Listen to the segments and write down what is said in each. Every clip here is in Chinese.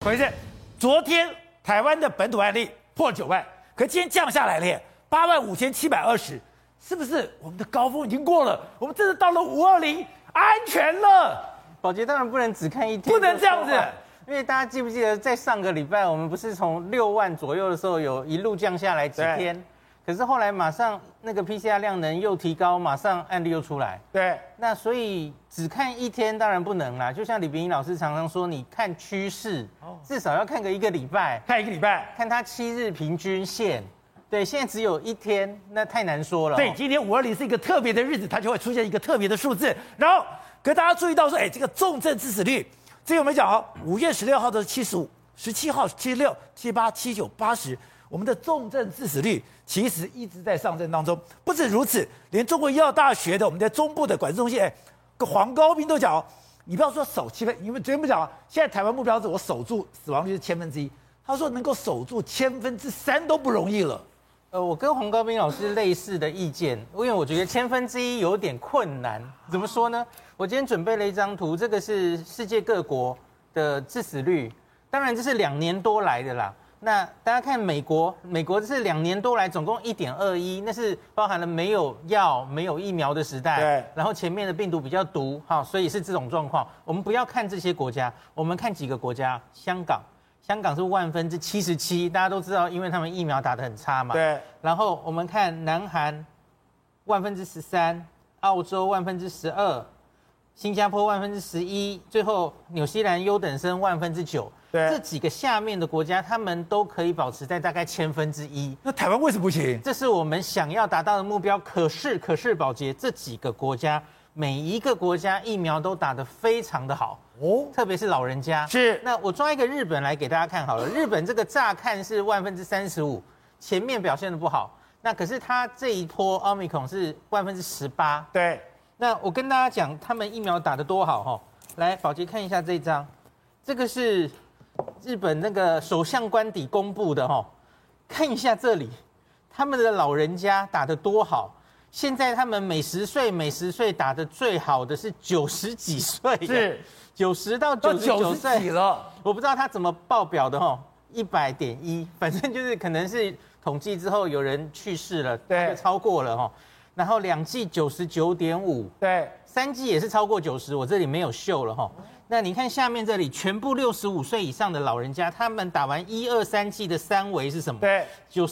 回事？昨天台湾的本土案例破9万，可今天降下来了耶，85720，是不是我们的高峰已经过了？我们真的到了520，安全了。 宝洁当然不能只看一天， 不能这样子。 因为大家记不记得，在上个礼拜我们不是从6万左右的时候有一路降下来几天，可是后来马上那个 PCR 量能又提高，马上案例又出来。 对， 那所以只看一天当然不能啦，就像李秉颖老师常常说，你看趋势，至少要看个1个礼拜， 看1个礼拜， 看它7日平均线。对，现在只有1天，那太难说了。 对，今天520是一个特别的日子，它就会出现一个特别的数字。然后，可大家注意到说，这个重症致死率，这个我们讲5月16号的是75，17号76、78、79、80，我们的重症致死率其实一直在上升当中。不止如此，连中国医药大学的我们的中部的管制中心，黄高斌都讲你不要说守7分，你们昨天不讲现在台湾目标是我守住死亡率是1/1000，他说能够守住3/1000都不容易了。 我跟黄高斌老师类似的意见，因为我觉得1/1000有点困难。怎么说呢？我今天准备了一张图，这个是世界各国的致死率，当然这是2年多来的啦。那大家看美国这是2年多来总共1.21，那是包含了没有药、没有疫苗的时代， 对， 然后前面的病毒比较毒，所以是这种状况。我们不要看这些国家，我们看几个国家，香港是77%，大家都知道，因为他们疫苗打得很差嘛。 对。 然后我们看南韩13%，澳洲12%，新加坡11%，最后纽西兰优等生9%。对。这几个下面的国家，他们都可以保持在大概1/1000。 那台湾为什么不行？ 这是我们想要达到的目标。可是宝洁这几个国家，每一个国家疫苗都打得非常的好。特别是老人家是。 那我抓一个日本来给大家看好了。日本这个乍看是35%，前面表现的不好。那可是它这一波奥密克戎是18%。 对。 那我跟大家讲，他们疫苗打得多好哈。来，宝洁看一下这一张，这个是日本那个首相官邸公布的哈。看一下这里，他们的老人家打得多好。现在他们每十岁打得最好的是90几岁， 是 90到99岁几了。 我不知道他怎么报表的100.1，反正就是可能是统计之后有人去世了，对，超过了然后2剂99.5，对，3剂也是超过90，我这里没有秀了那你看下面这里，全部65岁以上的老人家，他们打完1、2、3剂的3围是什么？ 对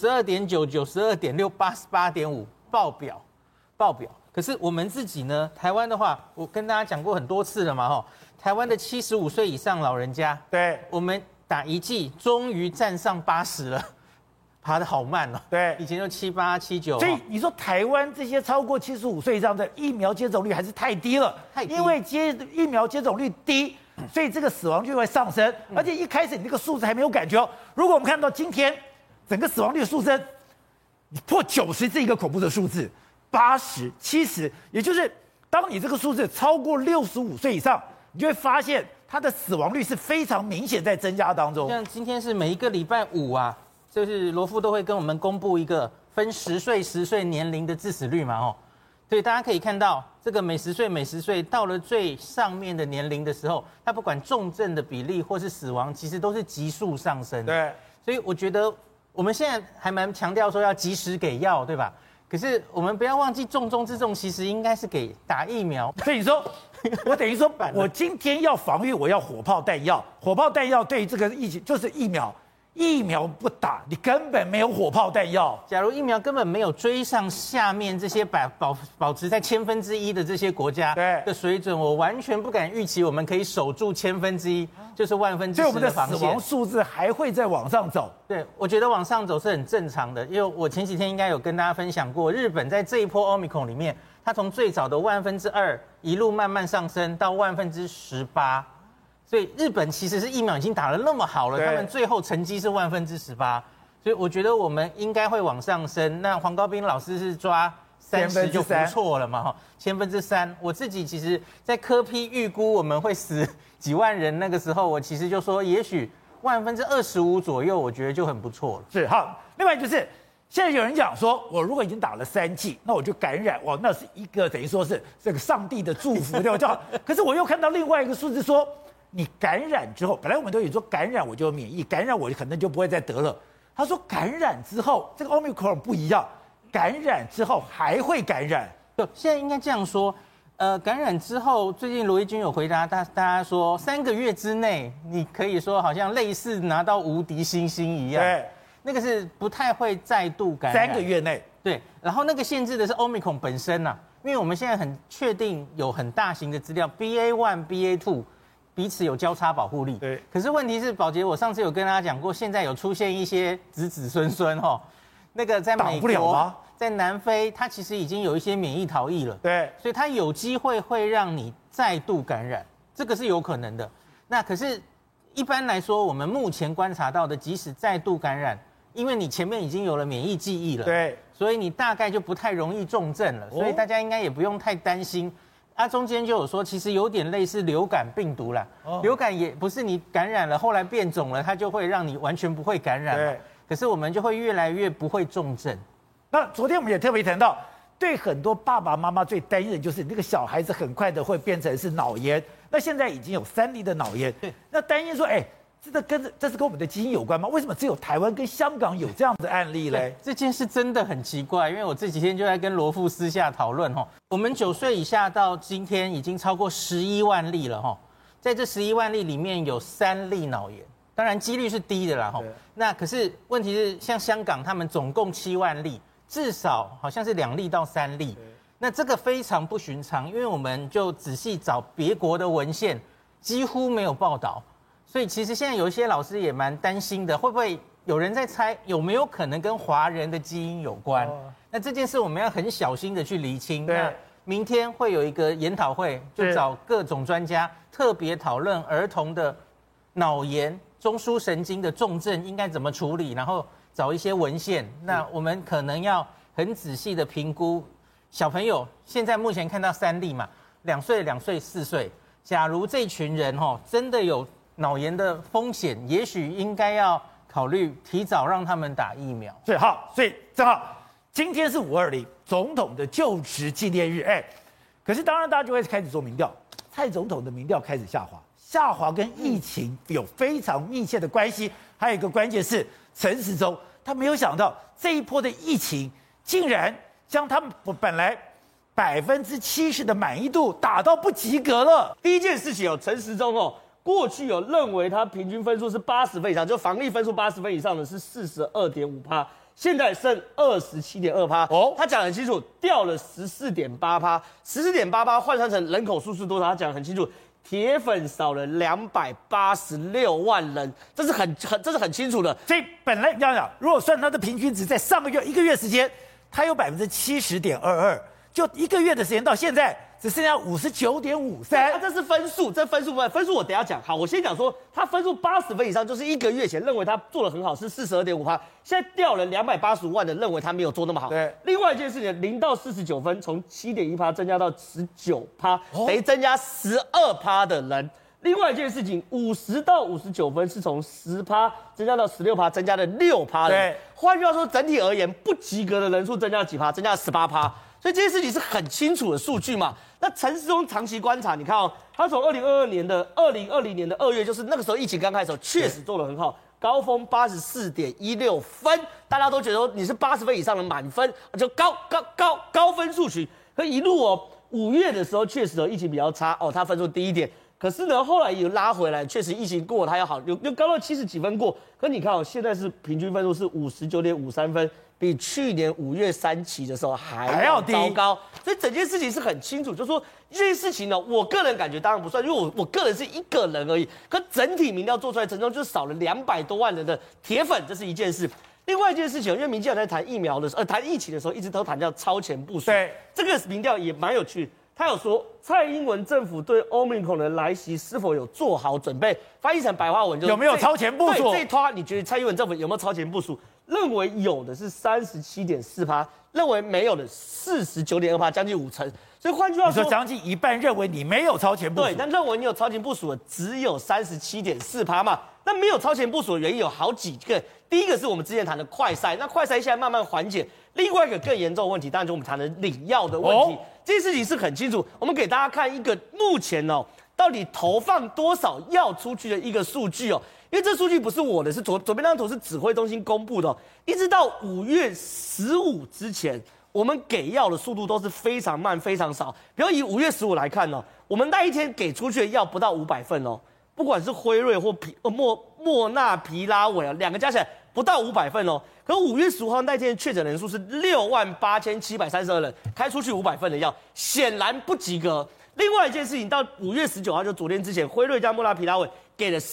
，92.9、92.6、88.5，爆表。可是我们自己呢？台湾的话，我跟大家讲过很多次了嘛台湾的75岁以上老人家，对，我们打1剂，终于站上80了。爬得好慢对，以前就7、8、7、9。 所以你说台湾这些超过75岁以上的疫苗接种率还是太低了，因为疫苗接种率低，所以这个死亡率会上升。而且一开始你这个数字还没有感觉如果我们看到今天整个死亡率的数增，你破90是一个恐怖的数字，80、70，也就是当你这个数字超过65岁以上，你就会发现它的死亡率是非常明显在增加当中。 像今天是每一个礼拜5啊。就是罗副都会跟我们公布一个分10岁年龄的致死率嘛所以大家可以看到，这个每10岁到了最上面的年龄的时候，它不管重症的比例或是死亡，其实都是急速上升。 对， 所以我觉得我们现在还蛮强调说要及时给药，对吧？可是我们不要忘记，重中之重其实应该是给打疫苗。 所以你说，我等于说我今天要防御，我要火炮弹药，火炮弹药对于这个疫情就是疫苗。疫苗不打，你根本没有火炮弹药。 假如疫苗根本没有追上下面这些保持在1/1000的这些国家的水准，我完全不敢预期我们可以守住1/1000，就是1/1000的防线。 所以我们的死亡数字还会再往上走。 对，我觉得往上走是很正常的，因为我前几天应该有跟大家分享过，日本在这一波 Omicron 里面，它从最早的2%一路慢慢上升到18%。所以日本其实是疫苗已经打得那么好了，他们最后成绩是18%，所以我觉得我们应该会往上升。那黄高斌老师是抓30就不错了嘛，1/1000。我自己其实，在科批预估我们会死几万人那个时候，我其实就说，也许25%左右，我觉得就很不错了。 是好，另外就是现在有人讲说，我如果已经打了3剂，那我就感染，哇，那是一个等于说是这个上帝的祝福，对吧？可是我又看到另外一个数字说。 你感染之后，本来我们都以为说感染我就有免疫，感染我可能就不会再得了。他说感染之后，这个 Omicron 不一样，感染之后还会感染。 对，现在应该这样说。感染之后，最近罗毅军有回答大家说，3个月之内，你可以说好像类似拿到无敌星星一样。 对， 那个是不太会再度感染。 3个月内。 对，然后那个限制的是 Omicron 本身呐、因为我们现在很确定有很大型的资料 ，BA.1、BA.2 彼此有交叉保护力。 对。 可是问题是，宝杰，我上次有跟大家讲过，现在有出现一些子子孙孙哈，那个在美挡不了吗？ 国、在南非，它其实已经有一些免疫逃逸了。 对。 所以它有机会会让你再度感染，这个是有可能的。那可是，一般来说，我们目前观察到的，即使再度感染，因为你前面已经有了免疫记忆了。 对。 所以你大概就不太容易重症了，所以大家应该也不用太担心。中间就有说，其实有点类似流感病毒啦。流感也不是你感染了，后来变种了，它就会让你完全不会感染。对。可是我们就会越来越不会重症。 那昨天我们也特别谈到，对很多爸爸妈妈最担心的就是那个小孩子很快的会变成是脑炎。那现在已经有3例的脑炎。对。那担心说，这是跟我们的基因有关吗？为什么只有台湾跟香港有这样的案例嘞？ 这件事真的很奇怪，因为我这几天就在跟罗富私下讨论我们9岁以下到今天已经超过11万例了在这11万例里面有3例脑炎，当然几率是低的啦那可是问题是，像香港他们总共7万例，至少好像是2例到3例，那这个非常不寻常，因为我们就仔细找别国的文献，几乎没有报道。所以其实现在有一些老师也蛮担心的，会不会有人在猜有没有可能跟华人的基因有关？那这件事我们要很小心的去厘清。那明天会有一个研讨会，就找各种专家特别讨论儿童的脑炎、中枢神经的重症应该怎么处理，然后找一些文献。那我们可能要很仔细的评估小朋友。现在目前看到3例嘛，2岁、2岁、4岁。假如这群人真的有脑炎的风险，也许应该要考虑提早让他们打疫苗。 所以正好今天是520总统的就职纪念日，可是当然大家就会开始做民调，蔡总统的民调开始下滑跟疫情有非常密切的关系。还有一个关键是陈时中，他没有想到这一波的疫情竟然将他们本来70%的满意度打到不及格了。 第一件事情陈时中过去有认为他平均分数是80分以上，就防疫分数80分以上的是42.5%，现在剩27.2%。他讲得很清楚，掉了14.8%，14.8%换算成人口数是多少？他讲得很清楚，铁粉少了286万人，这是很清楚的。 所以本来这样讲，如果算他的平均值，在上个月1个月时间，他有70.22%，就1个月的时间到现在。只剩下59.53， 这是分数，分数我等一下讲。好，我先讲说，他分数80分以上，就是1个月前认为他做得很好，是42.5%，现在掉了285万人认为他没有做那么好。 对。 另外一件事情，0到49分从7.1%增加到19%，等于增加12%的人。另外一件事情，50到59分是从10%增加到16%，增加了6%。 对。 换句话说，整体而言，不及格的人数增加了几%？增加了18%。所以这件事情是很清楚的数据嘛。那陈时中长期观察，你看他从2020年的2月，就是那个时候疫情刚开始的时候，确实做得很好，高分84.16分，大家都觉得说你是80分以上的满分，就高分数群。可一路5月的时候确实疫情比较差他分数低一点。可是呢，后来有拉回来，确实疫情过他要好，有高到70几分过。可你看现在是平均分数是59.53分。比去年5月3期的时候还要糟糕，所以整件事情是很清楚，就是说这件事情呢，我个人感觉当然不算，因为我个人是一个人而已，可整体民调做出来，陈时中就是少了200多万人的铁粉，这是一件事。另外一件事情，因为民进党在谈疫苗的时候，谈疫情的时候，一直都谈叫超前部署， 对， 这个民调也蛮有趣。他有说，蔡英文政府对 Omicron 的来袭是否有做好准备？翻译成白话文就是有没有超前部署？ 这一拖，你觉得蔡英文政府有没有超前部署？认为有的是37.4%，认为没有的49.2%，将近50%。所以换句话说， 你说将近一半认为你没有超前部署， 对，但认为你有超前部署的只有37.4%嘛。那没有超前部署的原因有好几个，第一个是我们之前谈的快筛，那快筛现在慢慢缓解。另外一个更严重的问题，当然就是我们谈的领药的问题。这件事情是很清楚，我们给大家看一个目前到底投放多少药出去的一个数据哦。因为这数据不是我的，是左边那张图是指挥中心公布的哦。一直到5月15之前，我们给药的速度都是非常慢、非常少。比如以5月15来看哦，我们那一天给出去的药不到500份哦，不管是辉瑞或莫纳皮拉韦啊，两个加起来不到500份哦。可5月15号那天的确诊人数是68732人，开出去500份的药，显然不及格。另外一件事情，到5月19号就昨天之前，辉瑞加莫纳皮拉韦给了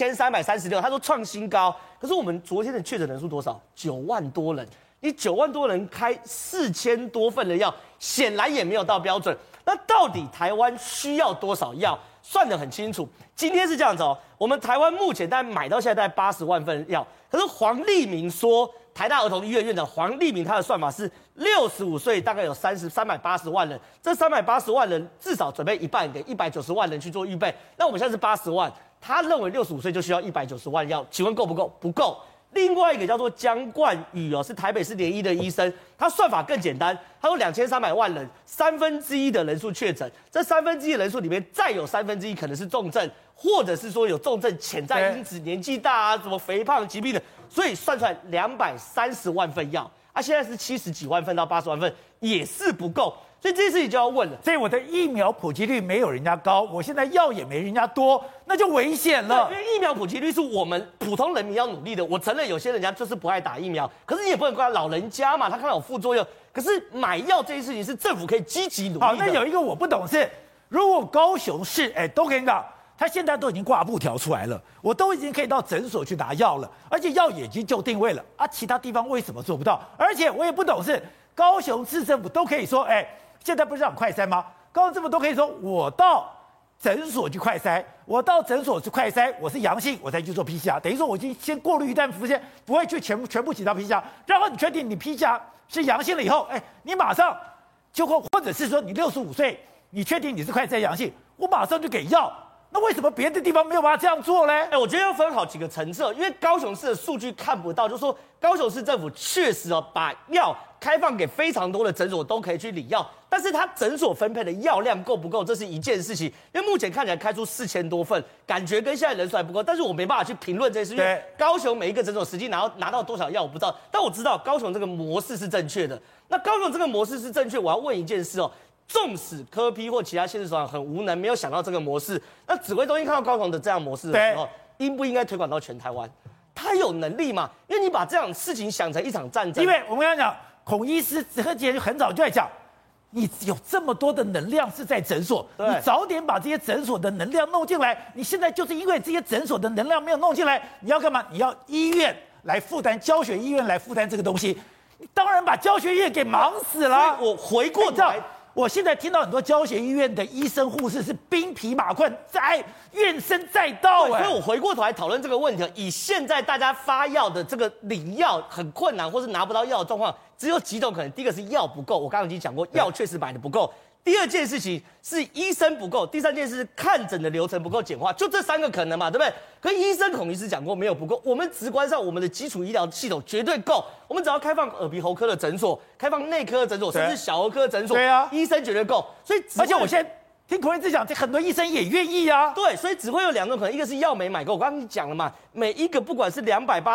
4336，他说创新高。可是我们昨天的确诊人数多少？9万多人，你9万多人开4000多份的药，显然也没有到标准。那到底台湾需要多少药？算得很清楚。今天是这样子哦，我们台湾目前大概买到现在大概80万份药，可是黄立明说，台大儿童医院院长黄立明他的算法是65岁大概有380万人，这380万人至少准备一半给190万人去做预备。那我们现在是80万，他认为65岁就需要190万药，请问够不够？不够。另外一个叫做江冠宇哦，是台北市联医的医生，他算法更简单，他说2300万人，1/3的人数确诊，这1/3的人数里面再有1/3可能是重症，或者是说有重症潜在因子，年纪大啊，什么肥胖疾病的，所以算出来230万份药啊，现在是70几万份到80万份，也是不够。所以这件事情就要问了， 所以我的疫苗普及率没有人家高，我现在药也没人家多，那就危险了。 因为疫苗普及率是我们普通人民要努力的。我承认有些人家就是不爱打疫苗，可是你也不能怪老人家嘛，他看到有副作用。可是买药这件事情是政府可以积极努力的。 好，那有一个我不懂是，如果高雄市，都跟你讲，他现在都已经挂布条出来了，我都已经可以到诊所去拿药了，而且药已经就定位了啊，其他地方为什么做不到？而且我也不懂是，高雄市政府都可以说，现在不是讲快筛吗？高雄政府都可以说，我到诊所去快筛，我到诊所去快筛，我是阳性，我再去做 PCR， 等于说我已经先过滤一段时间，不会去全部挤到 PCR， 然后你确定你 PCR 是阳性了以后，你马上就或者是说你65岁，你确定你是快筛阳性，我马上就给药。那为什么别的地方没有办法这样做呢？ 我觉得要分好几个层次，因为高雄市的数据看不到，就是说高雄市政府确实把药开放给非常多的诊所都可以去领药，但是它诊所分配的药量够不够，这是一件事情。因为目前看起来开出4000多份，感觉跟现在人数还不够，但是我没办法去评论这件事，因为高雄每一个诊所实际拿到多少药我不知道，但我知道高雄这个模式是正确的。那高雄这个模式是正确，我要问一件事哦。纵使柯 P 或其他县市首长很无能，没有想到这个模式，那指挥中心看到高雄的这样模式的时候，应不应该推广到全台湾？他有能力吗？因为你把这样的事情想成一场战争。 因为我们刚才讲，孔医师和杰很早就在讲，你有这么多的能量是在诊所，你早点把这些诊所的能量弄进来。你现在就是因为这些诊所的能量没有弄进来，你要干嘛？你要医院来负担，教学医院来负担这个东西，你当然把教学医院给忙死了。 我回过头来。 我现在听到很多教学医院的医生护士是兵疲马困，在怨声载道。 所以我回过头来讨论这个问题，以现在大家发药的这个领药很困难，或是拿不到药的状况，只有几种可能。第一个是药不够，我刚刚已经讲过，药确实买的不够。第二件事情是医生不够，第三件事是看诊的流程不够简化，就这3个可能嘛，对不对？可医生孔医师讲过没有不够，我们直观上我们的基础医疗系统绝对够，我们只要开放耳鼻喉科的诊所，开放内科的诊所，甚至小儿科的诊所， 对啊， 医生绝对够。所以而且我现在听孔医师讲，这很多医生也愿意啊。 对，所以只会有2种可能，一个是药没买够，我刚刚讲了嘛，每一个不管是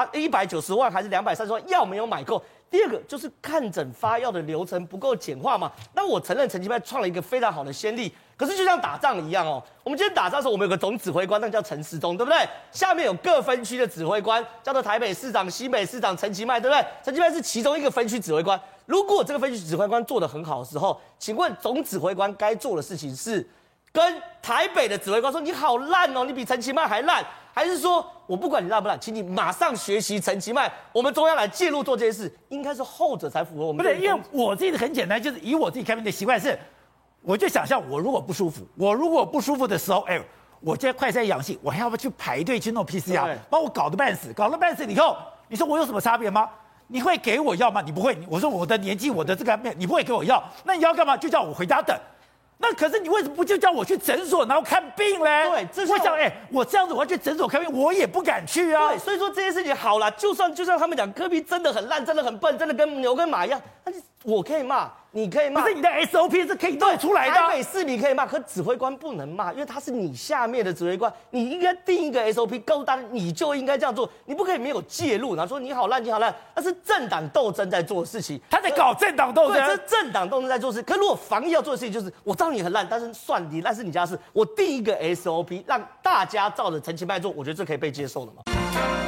190万还是230万药没有买够。第二个就是看诊发药的流程不够简化嘛。那我承认陈其迈创了一个非常好的先例，可是就像打仗一样哦，我们今天打仗的时候，我们有个总指挥官，那个叫陈时中，对不对？下面有各分区的指挥官，叫做台北市长、新北市长陈其迈，对不对？陈其迈是其中一个分区指挥官。如果这个分区指挥官做得很好的时候，请问总指挥官该做的事情是跟台北的指挥官说：“你好烂哦，你比陈其迈还烂。”还是说我不管你烂不烂，请你马上学习陈其迈，我们中央来介入做这件事，应该是后者才符合我们。 不是，因为我自己很简单，就是以我自己开病的习惯是，我就想象我如果不舒服的时候，我现在快筛阳性，我还要不要去排队去弄 PCR， 把我搞得半死，以后，你说我有什么差别吗？你会给我药吗？你不会。我说我的年纪，我的这个你不会给我药，那你要干嘛？就叫我回家等。那可是你为什么不就叫我去诊所然后看病嘞？ 对，这是我想，我这样子我要去诊所看病，我也不敢去啊。 对，所以说这件事情好啦，就算他们讲柯 P 真的很烂，真的很笨，真的跟牛跟马一样，但是我可以骂你可以骂， 不是你的 SOP 是可以弄出来的啊。 台北市民可以骂，可指挥官不能骂，因为他是你下面的指挥官，你应该定一个 SOP， 告诉大家你就应该这样做，你不可以没有介入，然后说你好烂，你好烂，那是政党斗争在做的事情， 他在搞政党斗对，这争是。政党斗争在做事。可如果防疫要做的事情，就是我知道你很烂，但是算你烂是你家事，我定一个 SOP， 让大家照着陈其迈做，我觉得这可以被接受的嘛。